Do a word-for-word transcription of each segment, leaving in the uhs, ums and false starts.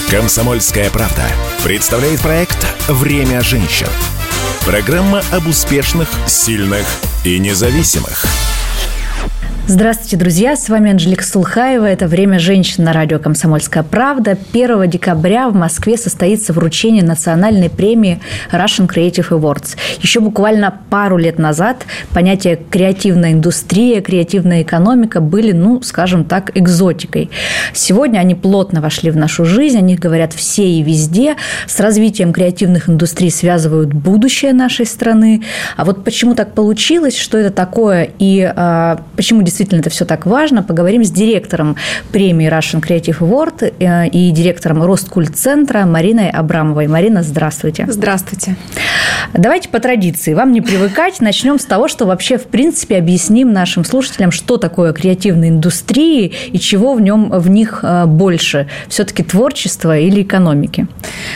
«Комсомольская правда» представляет проект «Время женщин». Программа об успешных, сильных и независимых. Здравствуйте, друзья! С вами Анжелика Сулхаева. Это «Время женщин» на радио «Комсомольская правда». первого декабря в Москве состоится вручение национальной премии Russian Creative Awards. Еще буквально пару лет назад понятия креативная индустрия, креативная экономика были, ну, скажем так, экзотикой. Сегодня они плотно вошли в нашу жизнь, о них говорят все и везде. С развитием креативных индустрий связывают будущее нашей страны. А вот почему так получилось, что это такое и а, почему действительно Действительно, это все так важно. Поговорим с директором премии Russian Creative Award и директором Росткультцентра Мариной Абрамовой. Марина, здравствуйте. Здравствуйте. Давайте по традиции, вам не привыкать. Начнем с того, что вообще, в принципе, объясним нашим слушателям, что такое креативная индустрия и чего в нем, в них больше. Все-таки творчество или экономики?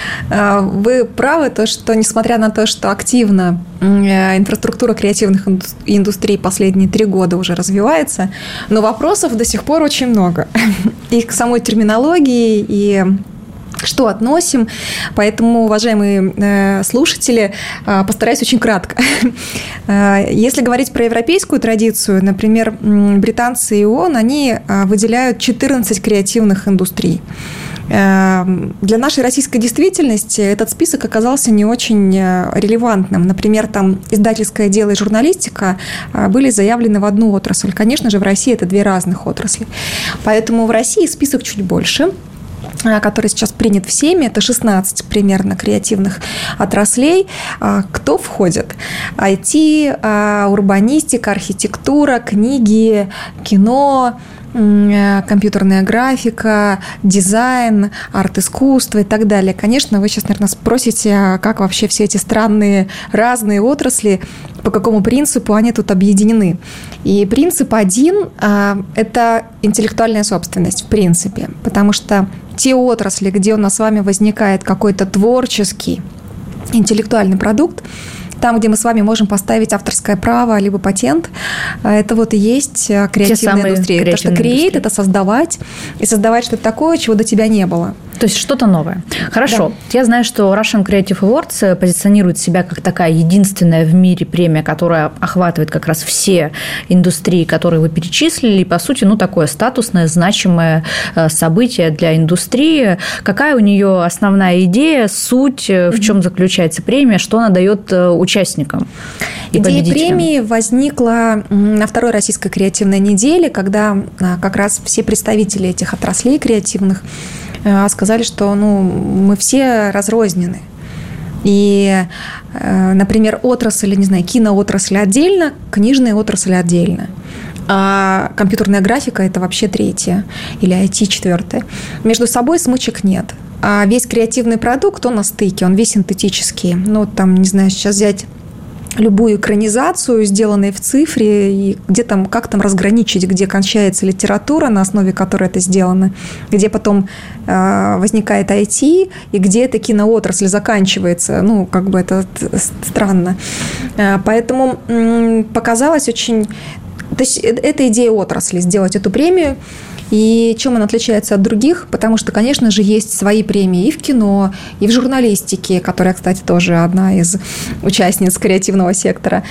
Вы правы, то, что, несмотря на то, что активно инфраструктура креативных индустрий последние три года уже развивается, но вопросов до сих пор очень много. И к самой терминологии, и что относим. Поэтому, уважаемые э, слушатели, э, постараюсь очень кратко. э, если говорить про европейскую традицию, например, британцы и ООН, они э, выделяют четырнадцать креативных индустрий. Для нашей российской действительности этот список оказался не очень релевантным. Например, там издательское дело и журналистика были заявлены в одну отрасль. Конечно же, в России это две разных отрасли. Поэтому в России список чуть больше, который сейчас принят всеми, это шестнадцать примерно креативных отраслей. Кто входит? ай ти, урбанистика, архитектура, книги, кино, компьютерная графика, дизайн, арт-искусство и так далее. Конечно, вы сейчас, наверное, спросите, как вообще все эти странные разные отрасли, по какому принципу они тут объединены. И принцип один – это интеллектуальная собственность, в принципе, потому что те отрасли, где у нас с вами возникает какой-то творческий, интеллектуальный продукт, там, где мы с вами можем поставить авторское право, либо патент, это вот и есть креативная индустрия. Потому что create – это создавать, и создавать что-то такое, чего до тебя не было. То есть что-то новое. Хорошо. Да. Я знаю, что Russian Creative Awards позиционирует себя как такая единственная в мире премия, которая охватывает как раз все индустрии, которые вы перечислили, и, по сути, ну, такое статусное, значимое событие для индустрии. Какая у нее основная идея, суть, в чем заключается премия, что она дает участникам и победителям? Идея премии возникла на второй российской креативной неделе, когда как раз все представители этих отраслей креативных сказали, что ну, мы все разрознены. И, например, отрасль, не знаю, киноотрасль отдельно, книжная отрасль отдельно. А компьютерная графика – это вообще третья, или ай ти четвертая. Между собой смычек нет. А весь креативный продукт, он на стыке, он весь синтетический. Ну, там, не знаю, сейчас взять любую экранизацию, сделанную в цифре, и где там, как там разграничить, где кончается литература, на основе которой это сделано, где потом э, возникает ай ти, и где эта киноотрасль заканчивается. Ну, как бы это странно. Э, поэтому э, показалось очень... То есть это идея отрасли, сделать эту премию. И чем она отличается от других? Потому что, конечно же, есть свои премии и в кино, и в журналистике, которая, кстати, тоже одна из участниц креативного сектора,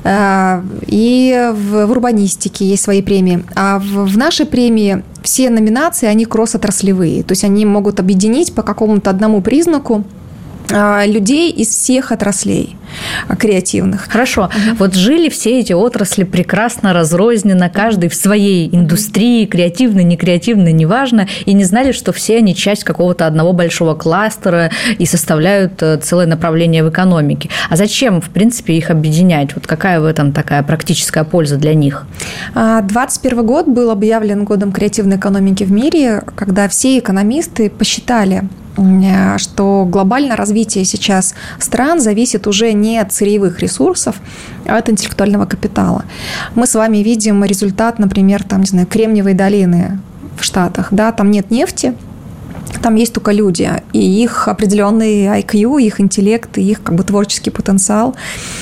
и в урбанистике есть свои премии. А в нашей премии все номинации, они кросс-отраслевые, то есть они могут объединить по какому-то одному признаку людей из всех отраслей креативных. Хорошо. Угу. Вот жили все эти отрасли прекрасно, разрозненно, каждый в своей индустрии, креативной, некреативной, неважно, и не знали, что все они часть какого-то одного большого кластера и составляют целое направление в экономике. А зачем, в принципе, их объединять? Вот какая в этом такая практическая польза для них? двадцать первый год был объявлен годом креативной экономики в мире, когда все экономисты посчитали, что глобальное развитие сейчас стран зависит уже не от сырьевых ресурсов, а от интеллектуального капитала. Мы с вами видим результат, например, там, не знаю, Кремниевой долины в Штатах. Да, там нет нефти, там есть только люди, и их определенный ай кью, их интеллект, и их как бы творческий потенциал.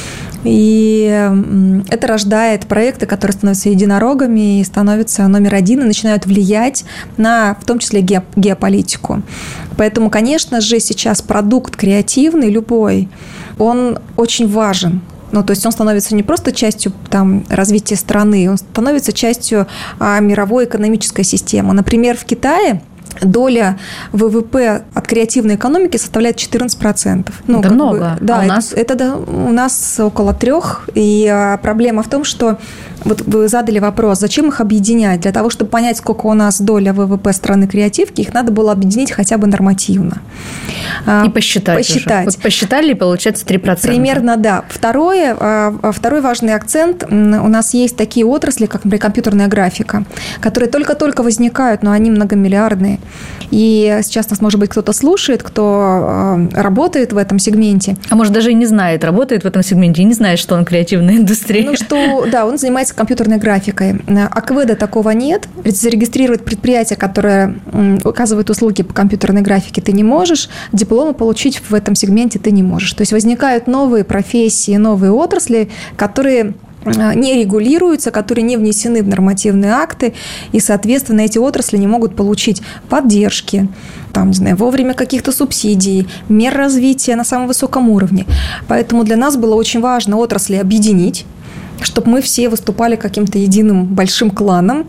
И это рождает проекты, которые становятся единорогами и становятся номер один и начинают влиять на, в том числе, геополитику. Поэтому, конечно же, сейчас продукт креативный, любой, он очень важен. Ну, то есть он становится не просто частью там, развития страны, он становится частью а, мировой экономической системы. Например, в Китае доля ВВП от креативной экономики составляет четырнадцать процентов. Ну, это много. Бы, да, а у это, нас? Это, это у нас около трех. И а, проблема в том, что вот вы задали вопрос, зачем их объединять? Для того, чтобы понять, сколько у нас доля ВВП страны креативки, их надо было объединить хотя бы нормативно. И посчитать. посчитать. Вот посчитали, и получается три процента. Примерно, да. Второе, второй важный акцент. У нас есть такие отрасли, как, например, компьютерная графика, которые только-только возникают, но они многомиллиардные. И сейчас нас, может быть, кто-то слушает, кто работает в этом сегменте. А может, даже и не знает, работает в этом сегменте, и не знает, что он креативная индустрия. Ну, что, да, он занимается компьютерной графикой. АКВЭДа такого нет. Зарегистрировать предприятие, которое оказывает услуги по компьютерной графике, ты не можешь. Дипломы получить в этом сегменте ты не можешь. То есть возникают новые профессии, новые отрасли, которые не регулируются, которые не внесены в нормативные акты, и, соответственно, эти отрасли не могут получить поддержки, там, не знаю, вовремя каких-то субсидий, мер развития на самом высоком уровне. Поэтому для нас было очень важно отрасли объединить, чтобы мы все выступали каким-то единым большим кланом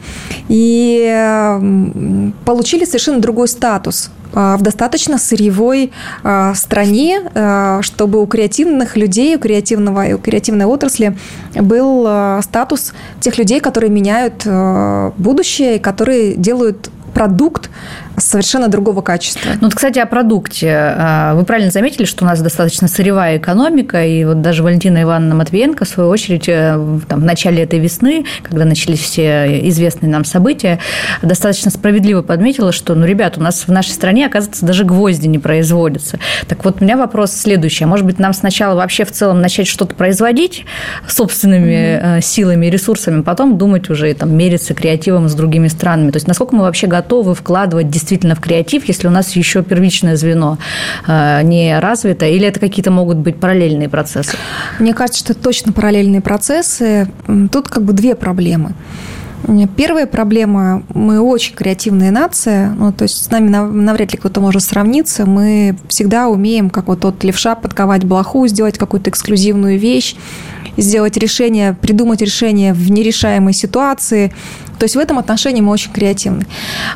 и получили совершенно другой статус в достаточно сырьевой стране, чтобы у креативных людей, у, креативного, у креативной отрасли был статус тех людей, которые меняют будущее и которые делают продукт совершенно другого качества. Ну, вот, кстати, о продукте. Вы правильно заметили, что у нас достаточно сырьевая экономика, и вот даже Валентина Ивановна Матвиенко, в свою очередь, там, в начале этой весны, когда начались все известные нам события, достаточно справедливо подметила, что, ну, ребят, у нас в нашей стране, оказывается, даже гвозди не производятся. Так вот, у меня вопрос следующий. А может быть, нам сначала вообще в целом начать что-то производить собственными mm-hmm. силами и ресурсами, потом думать уже и там, мериться креативом с другими странами? То есть, насколько мы вообще готовы вкладывать действительно в креатив, если у нас еще первичное звено э, не развито, или это какие-то могут быть параллельные процессы? Мне кажется, что это точно параллельные процессы. Тут как бы две проблемы. Первая проблема – мы очень креативная нация, ну, то есть с нами навряд ли кто-то может сравниться. Мы всегда умеем, как вот тот левша, подковать блоху, сделать какую-то эксклюзивную вещь, сделать решение, придумать решение в нерешаемой ситуации. То есть в этом отношении мы очень креативны.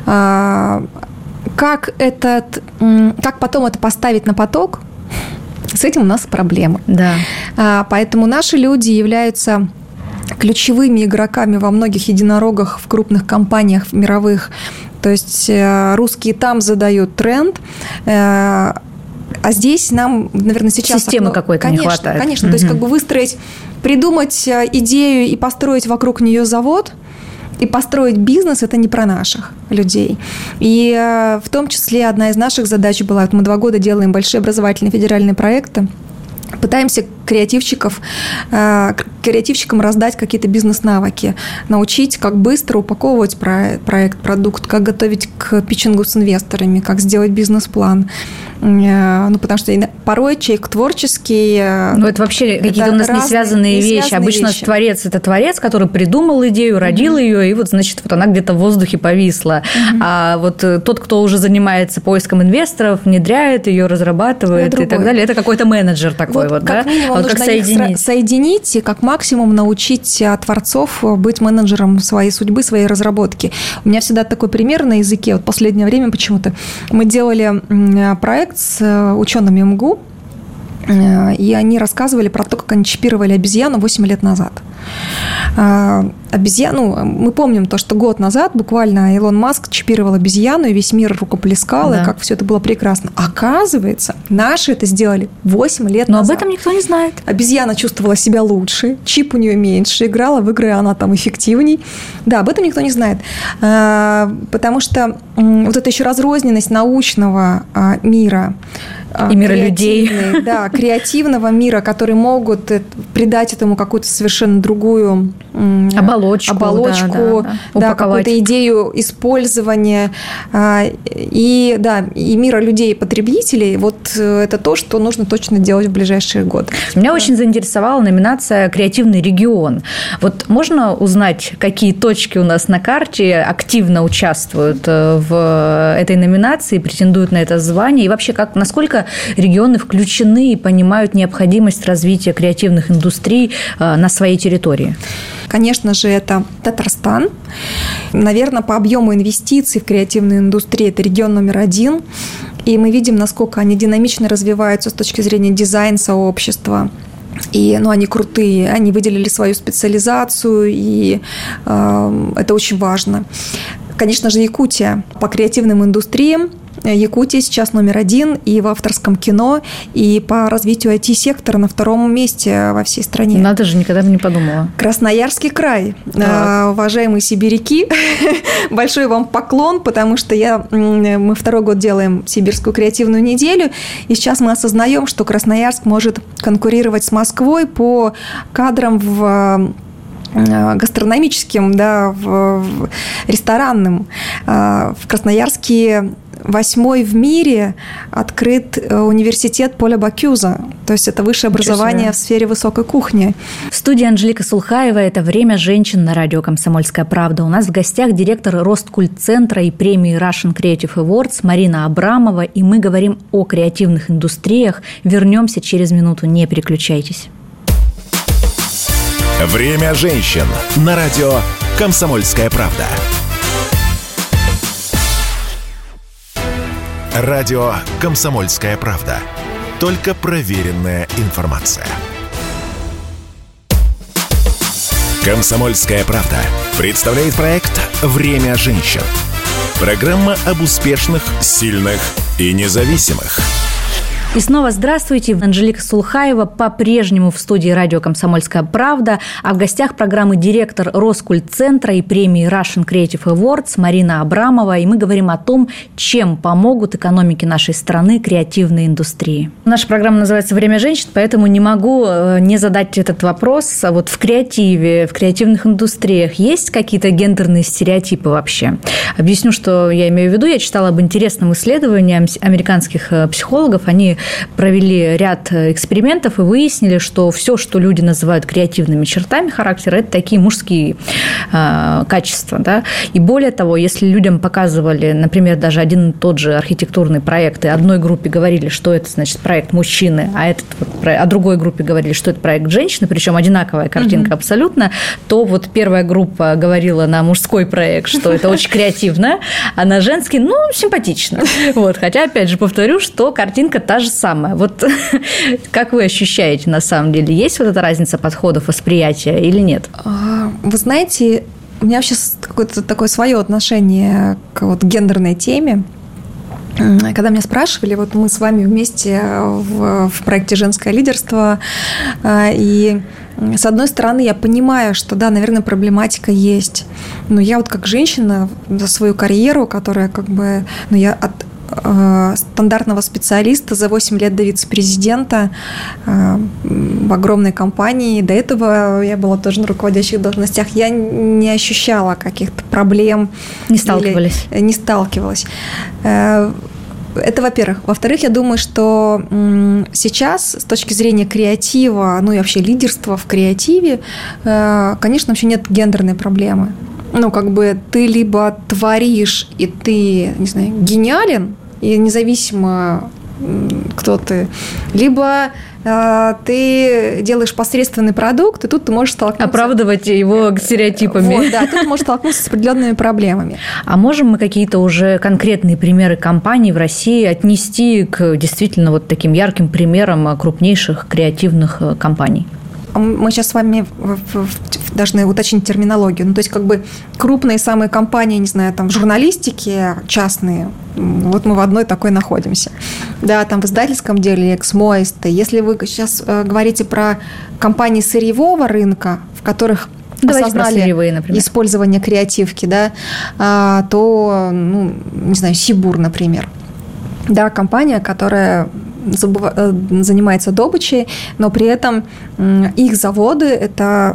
Как, этот, как потом это поставить на поток, с этим у нас проблемы. Да. Поэтому наши люди являются ключевыми игроками во многих единорогах в крупных компаниях мировых. То есть русские там задают тренд, а здесь нам, наверное, сейчас... Системы окно... какой-то конечно, не хватает. Конечно, угу. То есть как бы выстроить, придумать идею и построить вокруг нее завод, и построить бизнес – это не про наших людей. И в том числе одна из наших задач была, вот мы два года делаем большие образовательные федеральные проекты, пытаемся креативщиков, креативщикам раздать какие-то бизнес-навыки, научить, как быстро упаковывать проект, продукт, как готовить к питчингу с инвесторами, как сделать бизнес-план. Ну, потому что порой человек творческий... Ну, это вообще это какие-то у нас разные, не связанные не вещи. Связанные Обычно вещи. Творец – это творец, который придумал идею, родил mm-hmm. ее, и вот, значит, вот она где-то в воздухе повисла. Mm-hmm. А вот тот, кто уже занимается поиском инвесторов, внедряет ее, разрабатывает и так далее, это какой-то менеджер такой вот, вот как да? минимум вот нужно как соединить. их соединить и как максимум научить творцов быть менеджером своей судьбы, своей разработки. У меня всегда такой пример на языке. Вот в последнее время почему-то мы делали проект с учеными эм гэ у, и они рассказывали про то, как они чипировали обезьяну восемь лет назад. Обезьяну, мы помним то, что год назад буквально Илон Маск чипировал обезьяну, и весь мир рукоплескал, да. И как все это было прекрасно. Оказывается, наши это сделали восемь лет Но назад. Но об этом никто не знает. Обезьяна чувствовала себя лучше, чип у нее меньше, играла в игры, она там эффективней. Да, об этом никто не знает. Потому что вот эта еще разрозненность научного мира и мира людей. Да, креативного мира, которые могут придать этому какую-то совершенно другую оболочку, оболочку да, да, да. Да, какую-то идею использования и, да, и мира людей, потребителей. Вот это то, что нужно точно делать в ближайшие годы. Меня да. очень заинтересовала номинация «Креативный регион». Вот можно узнать, какие точки у нас на карте активно участвуют в этой номинации, претендуют на это звание, и вообще, как, насколько регионы включены и понимают необходимость развития креативных индустрий на своей территории? Конечно же, это Татарстан. Наверное, по объему инвестиций в креативную индустрию это регион номер один. И мы видим, насколько они динамично развиваются с точки зрения дизайн-сообщества. И, ну, они крутые, они выделили свою специализацию, и э, это очень важно. Конечно же, Якутия по креативным индустриям. Якутия сейчас номер один и в авторском кино, и по развитию ай ти-сектора на втором месте во всей стране. Надо же, никогда бы не подумала. Красноярский край. Так. Уважаемые сибиряки, большой вам поклон, потому что я, мы второй год делаем Сибирскую креативную неделю, и сейчас мы осознаем, что Красноярск может конкурировать с Москвой по кадрам в гастрономическим, да, в, в ресторанным. В Красноярске восьмой в мире открыт университет Поля Бакюза. То есть это высшее образование в сфере высокой кухни. В студии Анжелика Сулхаева. Это «Время женщин» на радио «Комсомольская правда». У нас в гостях директор Росткультцентра и премии Russian Creative Awards Марина Абрамова. И мы говорим о креативных индустриях. Вернемся через минуту. Не переключайтесь. «Время женщин» на радио «Комсомольская правда». Радио «Комсомольская правда». Только проверенная информация. «Комсомольская правда» представляет проект «Время женщин». Программа об успешных, сильных и независимых. И снова здравствуйте. Анжелика Сулхаева по-прежнему в студии радио «Комсомольская правда», а в гостях программы директор Роскультцентра и премии Russian Creative Awards Марина Абрамова. И мы говорим о том, чем помогут экономике нашей страны креативные индустрии. Наша программа называется «Время женщин», поэтому не могу не задать этот вопрос. А вот в креативе, в креативных индустриях есть какие-то гендерные стереотипы вообще? Объясню, что я имею в виду. Я читала об интересном исследовании американских психологов. Они провели ряд экспериментов и выяснили, что все, что люди называют креативными чертами характера, это такие мужские э, качества. Да? И более того, если людям показывали, например, даже один и тот же архитектурный проект, и одной группе говорили, что это, значит, проект мужчины, а, этот, а другой группе говорили, что это проект женщины, причем одинаковая картинка mm-hmm. абсолютно, то вот первая группа говорила на мужской проект, что это очень креативно, а на женский, ну, симпатично. Вот. Хотя, опять же, повторю, что картинка та же самое. Вот как вы ощущаете, на самом деле, есть вот эта разница подходов, восприятия или нет? Вы знаете, у меня вообще какое-то такое свое отношение к вот гендерной теме. Когда меня спрашивали, вот мы с вами вместе в, в проекте «Женское лидерство», и с одной стороны я понимаю, что да, наверное, проблематика есть, но я вот как женщина за свою карьеру, которая как бы, ну я от стандартного специалиста за восемь лет до вице-президента в огромной компании. До этого я была тоже на руководящих должностях. Я не ощущала каких-то проблем. Не сталкивались? Не сталкивалась. Это, во-первых. Во-вторых, я думаю, что сейчас с точки зрения креатива, ну и вообще лидерства в креативе, конечно, вообще нет гендерной проблемы. Ну, как бы ты либо творишь, и ты, не знаю, гениален, и независимо, кто ты, либо э, ты делаешь посредственный продукт, и тут ты можешь столкнуться... Оправдывать его стереотипами. Вот, да, тут ты можешь столкнуться с определенными проблемами. А можем мы какие-то уже конкретные примеры компаний в России отнести к действительно вот таким ярким примерам крупнейших креативных компаний? Мы сейчас с вами должны уточнить терминологию. Ну, то есть, как бы крупные самые компании, не знаю, там в журналистике частные, вот мы в одной такой находимся. Да, там в издательском деле Эксмо, если вы сейчас говорите про компании сырьевого рынка, в которых Давайте осознали сырьевые, использование креативки, да, то, ну, не знаю, Сибур, например. Да, компания, которая занимается добычей, но при этом их заводы – это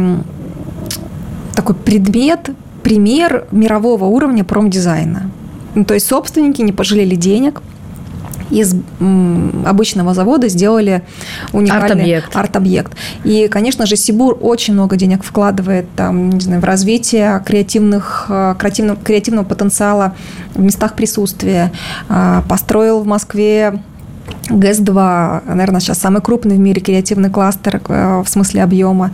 такой предмет, пример мирового уровня промдизайна. То есть собственники не пожалели денег, из обычного завода сделали уникальный арт-объект. арт-объект. И, конечно же, Сибур очень много денег вкладывает там, не знаю, в развитие креативных, креативного, креативного потенциала в местах присутствия. Построил в Москве ГЭС два, наверное, сейчас самый крупный в мире креативный кластер в смысле объема.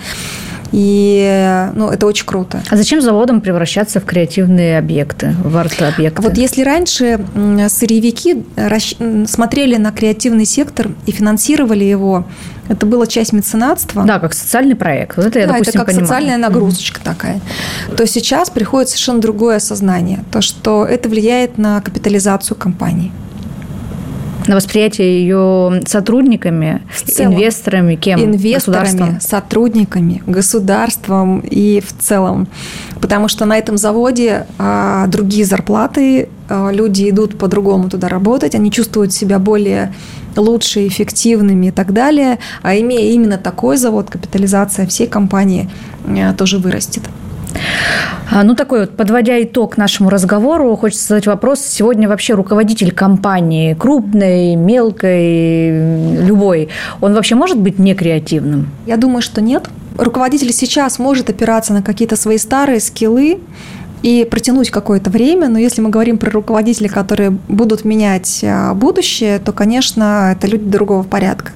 И ну, это очень круто. А зачем заводам превращаться в креативные объекты, в арт-объекты? Вот если раньше сырьевики смотрели на креативный сектор и финансировали его, это была часть меценатства. Да, как социальный проект. Вот это я, да, допустим, это как понимаю. социальная нагрузочка mm-hmm. такая. То сейчас приходит совершенно другое осознание. То, что это влияет на капитализацию компании. На восприятие ее сотрудниками, инвесторами, кем? Инвесторами, сотрудниками, государством и в целом. Потому что на этом заводе а, другие зарплаты, а, люди идут по-другому туда работать, они чувствуют себя более лучше, эффективными и так далее. А имея именно такой завод, капитализация всей компании а, тоже вырастет. Ну, такой вот, подводя итог нашему разговору, хочется задать вопрос. Сегодня вообще руководитель компании, крупной, мелкой, любой, он вообще может быть некреативным? Я думаю, что нет. Руководитель сейчас может опираться на какие-то свои старые скиллы и протянуть какое-то время, но если мы говорим про руководителей, которые будут менять будущее, то, конечно, это люди другого порядка.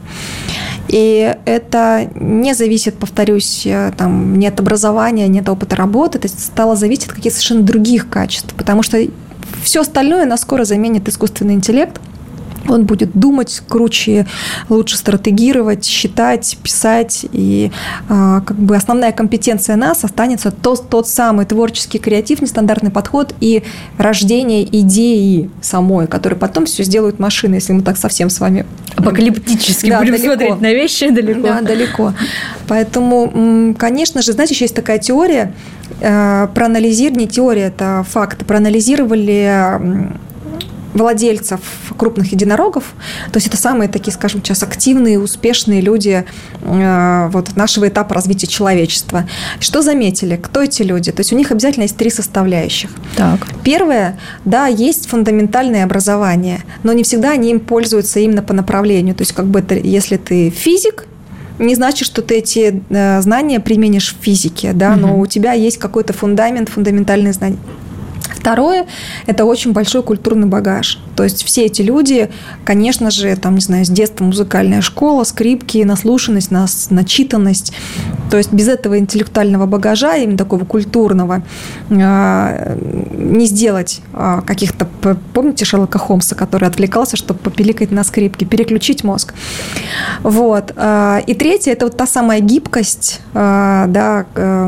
И это не зависит, повторюсь, там, ни от образования, ни от опыта работы, это стало зависеть от каких-то совершенно других качеств, потому что все остальное нас скоро заменит искусственный интеллект. Он будет думать круче, лучше стратегировать, считать, писать. И а, как бы основная компетенция нас останется тот, тот самый творческий креатив, нестандартный подход и рождение идеи самой, которую потом все сделают машины, если мы так совсем с вами... Апокалиптически да, будем далеко. Смотреть на вещи далеко. Да, далеко. Поэтому, конечно же, знаете, еще есть такая теория, проанализировали, не теория, это факт, проанализировали владельцев крупных единорогов, то есть это самые такие, скажем, сейчас активные, успешные люди э, вот, нашего этапа развития человечества. Что заметили? Кто эти люди? То есть у них обязательно есть три составляющих. Так. Первое, да, есть фундаментальное образование, но не всегда они им пользуются именно по направлению. То есть как бы это, если ты физик, не значит, что ты эти э, знания применишь в физике, да, угу. но у тебя есть какой-то фундамент, фундаментальные знания. Второе – это очень большой культурный багаж. То есть все эти люди, конечно же, там, не знаю, с детства музыкальная школа, скрипки, наслушанность, начитанность. То есть без этого интеллектуального багажа, именно такого культурного, не сделать каких-то… Помните Шерлока Холмса, который отвлекался, чтобы попиликать на скрипке, переключить мозг? Вот. И третье – это вот та самая гибкость, да,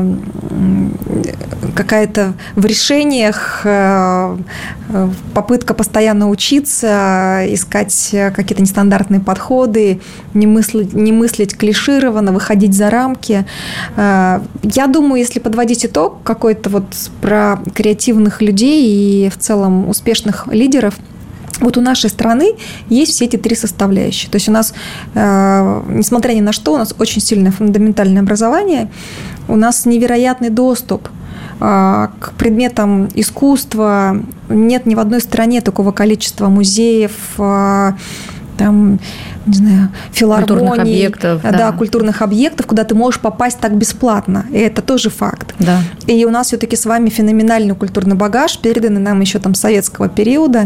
какая-то в решениях, попытка постоянно учиться, искать какие-то нестандартные подходы, не мыслить, не мыслить клишированно, выходить за рамки. Я думаю, если подводить итог какой-то вот про креативных людей и в целом успешных лидеров, вот у нашей страны есть все эти три составляющие. То есть у нас, несмотря ни на что, у нас очень сильное фундаментальное образование, у нас невероятный доступ к предметам искусства. Нет ни в одной стране такого количества музеев, там, не знаю, филармоний, культурных объектов, да, да, культурных объектов, куда ты можешь попасть так бесплатно. И это тоже факт. Да. И у нас все-таки с вами феноменальный культурный багаж, переданный нам еще там с советского периода.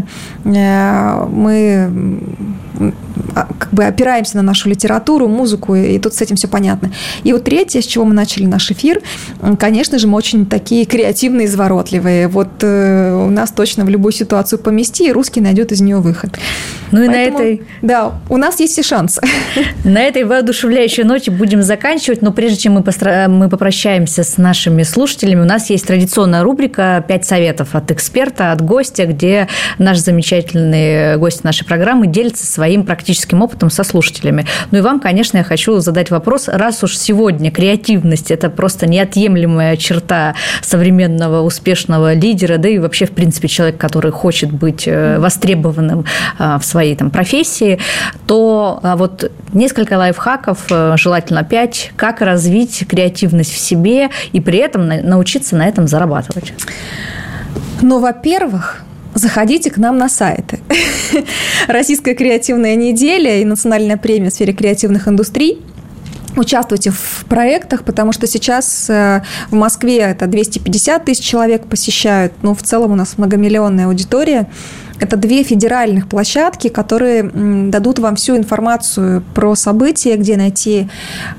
Мы как бы опираемся на нашу литературу, музыку, и тут с этим все понятно. И вот третье, с чего мы начали наш эфир, конечно же, мы очень такие креативные, изворотливые. Вот у нас точно в любую ситуацию помести, и русский найдет из нее выход. Ну и Поэтому, на этой... Да, у нас есть все шансы. На этой воодушевляющей ноте будем заканчивать, но прежде чем мы, постра... мы попрощаемся с нашими слушателями, у нас есть традиционная рубрика «Пять советов от эксперта, от гостя», где наш замечательный гость нашей программы делится своим практическим опытом со слушателями. Ну и вам, конечно, я хочу задать вопрос, раз уж сегодня креативность – это просто неотъемлемая черта современного успешного лидера, да и вообще, в принципе, человек, который хочет быть востребованным в своей своей там профессии, то вот несколько лайфхаков, желательно пять, как развить креативность в себе и при этом научиться на этом зарабатывать. Ну, во-первых, заходите к нам на сайты. Российская креативная неделя и национальная премия в сфере креативных индустрий. Участвуйте в проектах, потому что сейчас в Москве это двести пятьдесят тысяч человек посещают, ну, в целом у нас многомиллионная аудитория. Это две федеральных площадки, которые дадут вам всю информацию про события, где найти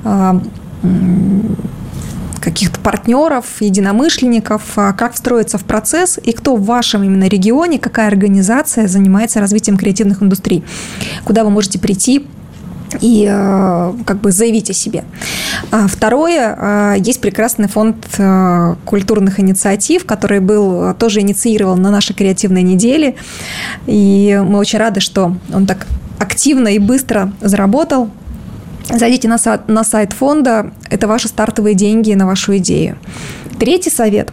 каких-то партнеров, единомышленников, как встроиться в процесс и кто в вашем именно регионе, какая организация занимается развитием креативных индустрий, куда вы можете прийти и как бы заявить о себе. Второе, есть прекрасный фонд культурных инициатив, который был тоже инициирован на нашей креативной неделе, и мы очень рады, что он так активно и быстро заработал. Зайдите на сайт, на сайт фонда, это ваши стартовые деньги на вашу идею. Третий совет.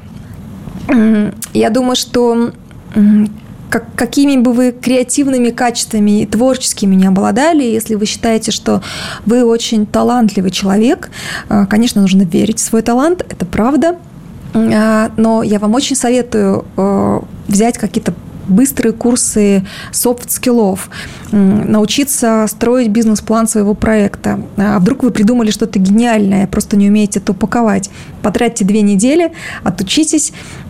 Я думаю, что как, какими бы вы креативными качествами и творческими не обладали, если вы считаете, что вы очень талантливый человек, конечно, нужно верить в свой талант, это правда, но я вам очень советую взять какие-то быстрые курсы софт-скиллов, научиться строить бизнес-план своего проекта. А вдруг вы придумали что-то гениальное, просто не умеете это упаковать. Потратьте две недели, отучитесь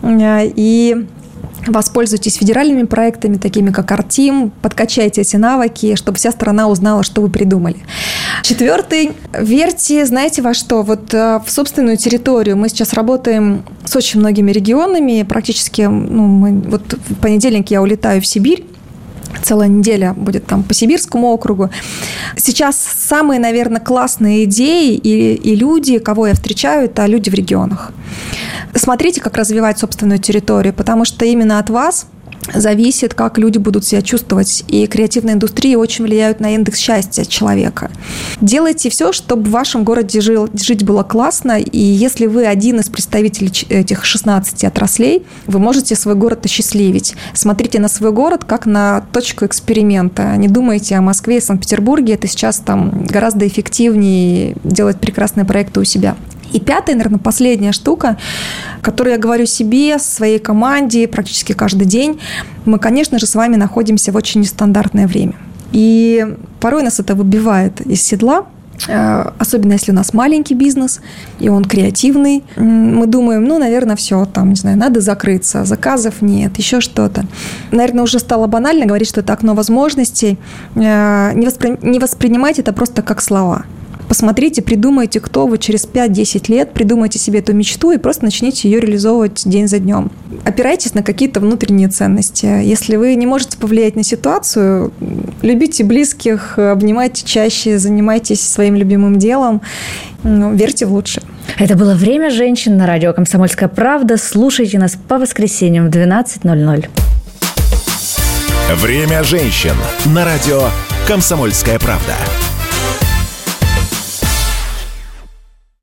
и воспользуйтесь федеральными проектами, такими как Артим, подкачайте эти навыки, чтобы вся страна узнала, что вы придумали. Четвертый. Верьте, знаете во что? Вот в собственную территорию. Мы сейчас работаем с очень многими регионами. Практически, ну, мы, вот в понедельник я улетаю в Сибирь. Целая неделя будет там по Сибирскому округу. Сейчас самые, наверное, классные идеи и, и люди, кого я встречаю, это люди в регионах. Смотрите, как развивать собственную территорию, потому что именно от вас зависит, как люди будут себя чувствовать. И креативные индустрии очень влияют на индекс счастья человека. Делайте все, чтобы в вашем городе жил, жить было классно. И если вы один из представителей этих шестнадцати отраслей, вы можете свой город осчастливить. Смотрите на свой город как на точку эксперимента. Не думайте о Москве и Санкт-Петербурге. Это сейчас там гораздо эффективнее делать прекрасные проекты у себя. И пятая, наверное, последняя штука, которую я говорю себе, своей команде практически каждый день. Мы, конечно же, с вами находимся в очень нестандартное время. И порой нас это выбивает из седла, особенно если у нас маленький бизнес, и он креативный. Мы думаем, ну, наверное, все, там, не знаю, надо закрыться, заказов нет, еще что-то. Наверное, уже стало банально говорить, что это окно возможностей. Не, воспри... не воспринимайте это просто как слова. Посмотрите, придумайте, кто вы через пять-десять лет, придумайте себе эту мечту и просто начните ее реализовывать день за днем. Опирайтесь на какие-то внутренние ценности. Если вы не можете повлиять на ситуацию, любите близких, обнимайте чаще, занимайтесь своим любимым делом, верьте в лучшее. Это было «Время женщин» на радио «Комсомольская правда». Слушайте нас по воскресеньям в двенадцать ноль ноль. «Время женщин» на радио «Комсомольская правда».